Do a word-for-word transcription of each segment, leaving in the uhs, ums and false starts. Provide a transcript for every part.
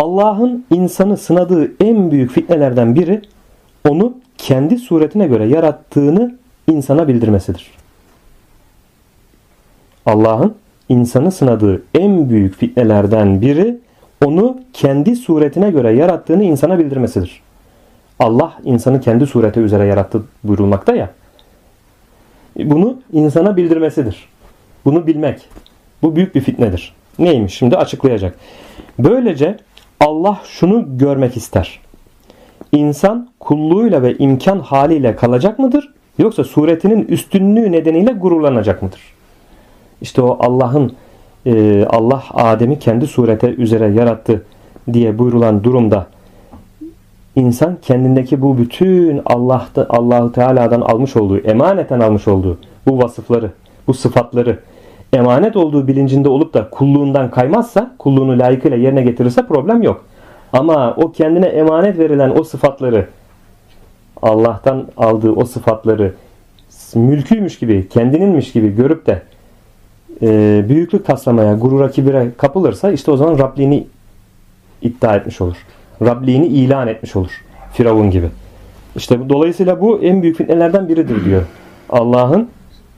Allah'ın insanı sınadığı en büyük fitnelerden biri onu kendi suretine göre yarattığını insana bildirmesidir. Allah'ın insanı sınadığı en büyük fitnelerden biri onu kendi suretine göre yarattığını insana bildirmesidir. Allah insanı kendi sureti üzere yarattı buyurulmakta ya. Bunu insana bildirmesidir. Bunu bilmek. Bu büyük bir fitnedir. Neymiş? Şimdi açıklayacak. Böylece Allah şunu görmek ister. İnsan kulluğuyla ve imkan haliyle kalacak mıdır? Yoksa suretinin üstünlüğü nedeniyle gururlanacak mıdır? İşte o Allah'ın e, Allah Adem'i kendi surete üzere yarattı diye buyurulan durumda insan kendindeki bu bütün Allah'ta Allah-u Teala'dan almış olduğu, emaneten almış olduğu bu vasıfları, bu sıfatları emanet olduğu bilincinde olup da kulluğundan kaymazsa, kulluğunu layıkıyla yerine getirirse problem yok. Ama o kendine emanet verilen o sıfatları, Allah'tan aldığı o sıfatları mülküymüş gibi, kendininmiş gibi görüp de e, büyüklük taslamaya, gurura, kibire kapılırsa işte o zaman Rabliğini iddia etmiş olur. Rabliğini ilan etmiş olur. Firavun gibi. İşte dolayısıyla bu en büyük fitnelerden biridir diyor. Allah'ın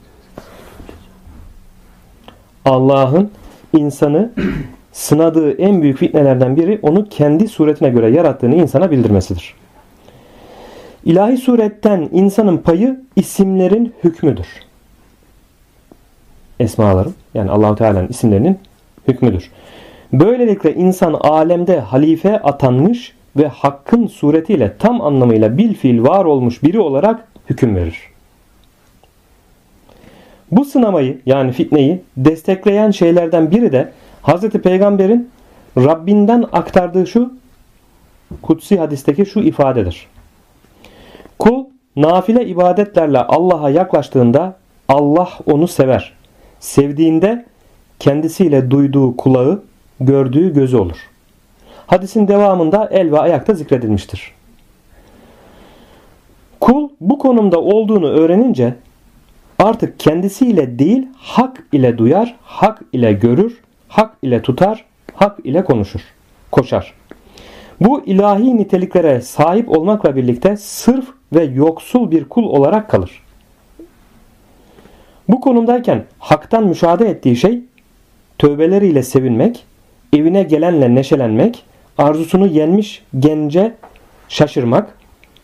Allah'ın insanı sınadığı en büyük fitnelerden biri onu kendi suretine göre yarattığını insana bildirmesidir. İlahi suretten insanın payı isimlerin hükmüdür. Esmaların, yani Allah-u Teala'nın isimlerinin hükmüdür. Böylelikle insan alemde halife atanmış ve hakkın suretiyle tam anlamıyla bilfiil var olmuş biri olarak hüküm verir. Bu sınamayı, yani fitneyi destekleyen şeylerden biri de Hazreti Peygamber'in Rabbinden aktardığı şu kutsi hadisteki şu ifadedir. Kul nafile ibadetlerle Allah'a yaklaştığında Allah onu sever. Sevdiğinde kendisiyle duyduğu kulağı, gördüğü gözü olur. Hadisin devamında el ve ayakta zikredilmiştir. Kul bu konumda olduğunu öğrenince artık kendisiyle değil hak ile duyar, hak ile görür, hak ile tutar, hak ile konuşur, koşar. Bu ilahi niteliklere sahip olmakla birlikte sırf ve yoksul bir kul olarak kalır. Bu konumdayken haktan müşahede ettiği şey tövbeleriyle sevinmek, evine gelenle neşelenmek, arzusunu yenmiş gence şaşırmak,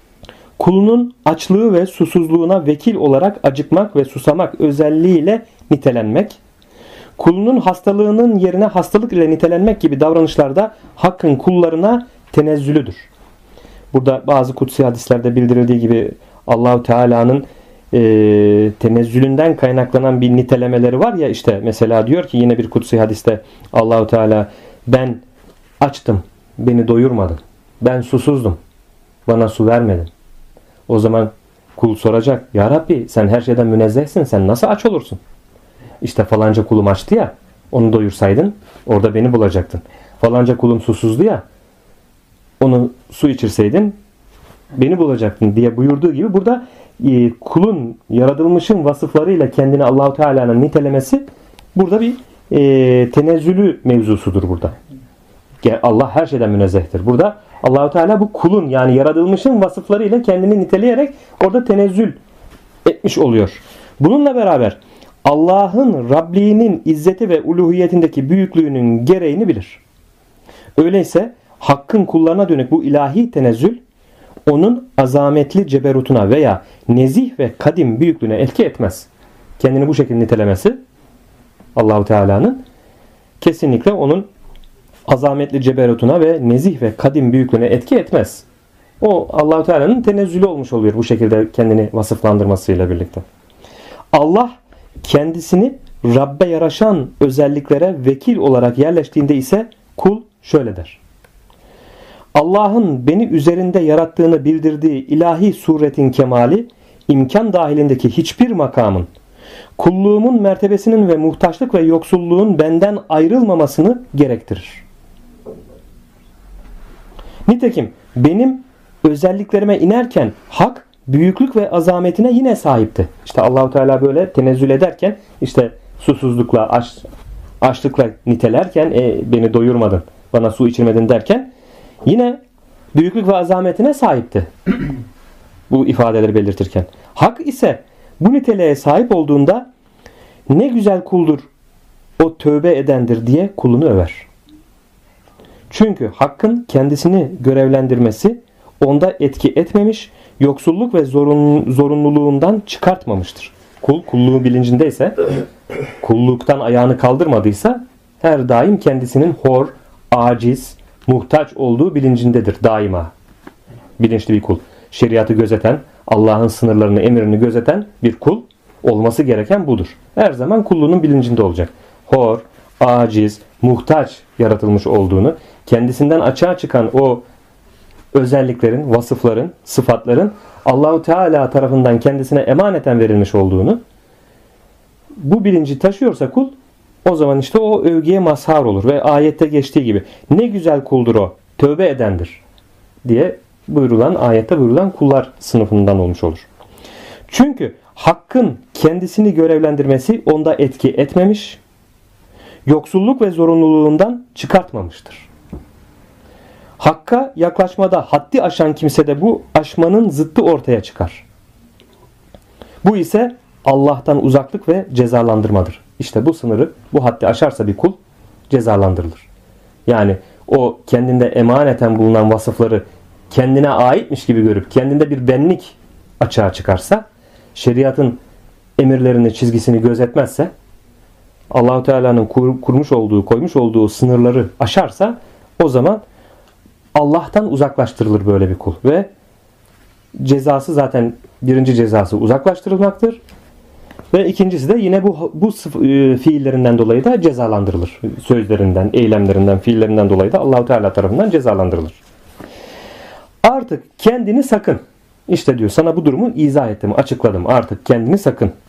kulunun açlığı ve susuzluğuna vekil olarak acıkmak ve susamak özelliğiyle nitelenmek, kulunun hastalığının yerine hastalık ile nitelenmek gibi davranışlarda hakkın kullarına tenezzülüdür. Burada bazı kutsi hadislerde bildirildiği gibi Allah-u Teala'nın e, tenezzülünden kaynaklanan bir nitelemeleri var ya, işte mesela diyor ki yine bir kutsi hadiste Allah-u Teala, ben açtım, beni doyurmadın. Ben susuzdum, bana su vermedin. O zaman kul soracak, ya Rabbi sen her şeyden münezzehsin, sen nasıl aç olursun? İşte falanca kulum açtı ya, onu doyursaydın orada beni bulacaktın. Falanca kulum susuzdu ya, onu su içirseydin beni bulacaktın diye buyurduğu gibi burada e, kulun yaratılmışın vasıflarıyla kendini Allah-u Teala'nın nitelemesi burada bir e, tenezzülü mevzusudur burada. Allah her şeyden münezzehtir. Burada Allah-u Teala bu kulun, yani yaratılmışın vasıflarıyla kendini niteleyerek orada tenezzül etmiş oluyor. Bununla beraber Allah'ın Rabliğinin izzeti ve uluhiyetindeki büyüklüğünün gereğini bilir. Öyleyse hakkın kullarına dönük bu ilahi tenezzül onun azametli ceberutuna veya nezih ve kadim büyüklüğüne etki etmez. Kendini bu şekilde nitelemesi Allah-u Teala'nın kesinlikle onun azametli ceberutuna ve nezih ve kadim büyüklüğüne etki etmez. O Allah-u Teala'nın tenezzülü olmuş oluyor bu şekilde kendini vasıflandırmasıyla birlikte. Allah kendisini Rabbe yaraşan özelliklere vekil olarak yerleştiğinde ise kul şöyle der. Allah'ın beni üzerinde yarattığını bildirdiği ilahi suretin kemali, imkan dahilindeki hiçbir makamın, kulluğumun mertebesinin ve muhtaçlık ve yoksulluğun benden ayrılmamasını gerektirir. Nitekim benim özelliklerime inerken hak büyüklük ve azametine yine sahipti. İşte Allah-u Teala böyle tenezzül ederken, işte susuzlukla, aç, açlıkla nitelerken, e, beni doyurmadın, bana su içirmedin derken Yine büyüklük ve azametine sahipti. Bu ifadeleri belirtirken. Hak ise bu niteliğe sahip olduğunda ne güzel kuldur, o tövbe edendir diye kulunu över. Çünkü Hakk'ın kendisini görevlendirmesi onda etki etmemiş, yoksulluk ve zorun, zorunluluğundan çıkartmamıştır. Kul kulluğu bilincindeyse, kulluktan ayağını kaldırmadıysa her daim kendisinin hor, aciz, muhtaç olduğu bilincindedir daima. Bilinçli bir kul. Şeriatı gözeten, Allah'ın sınırlarını, emirini gözeten bir kul olması gereken budur. Her zaman kulluğunun bilincinde olacak. Hor, aciz, muhtaç yaratılmış olduğunu, kendisinden açığa çıkan o özelliklerin, vasıfların, sıfatların Allahu Teala tarafından kendisine emaneten verilmiş olduğunu, bu bilinci taşıyorsa kul, o zaman işte o övgüye mazhar olur ve ayette geçtiği gibi ne güzel kuldur o, tövbe edendir diye buyurulan, ayette buyurulan kullar sınıfından olmuş olur. Çünkü Hakk'ın kendisini görevlendirmesi onda etki etmemiş, yoksulluk ve zorunluluğundan çıkartmamıştır. Hakk'a yaklaşmada haddi aşan kimsede bu aşmanın zıttı ortaya çıkar. Bu ise Allah'tan uzaklık ve cezalandırmadır. İşte bu sınırı, bu haddi aşarsa bir kul cezalandırılır. Yani o kendinde emaneten bulunan vasıfları kendine aitmiş gibi görüp kendinde bir benlik açığa çıkarsa, şeriatın emirlerini, çizgisini gözetmezse, Allah-u Teala'nın kur, kurmuş olduğu, koymuş olduğu sınırları aşarsa, o zaman Allah'tan uzaklaştırılır böyle bir kul ve cezası zaten birinci cezası uzaklaştırılmaktır ve ikincisi de yine bu bu fiillerinden dolayı da cezalandırılır. Sözlerinden, eylemlerinden, fiillerinden dolayı da Allah-u Teala tarafından cezalandırılır. Artık kendini sakın. İşte diyor, sana bu durumu izah ettim, açıkladım. Artık kendini sakın.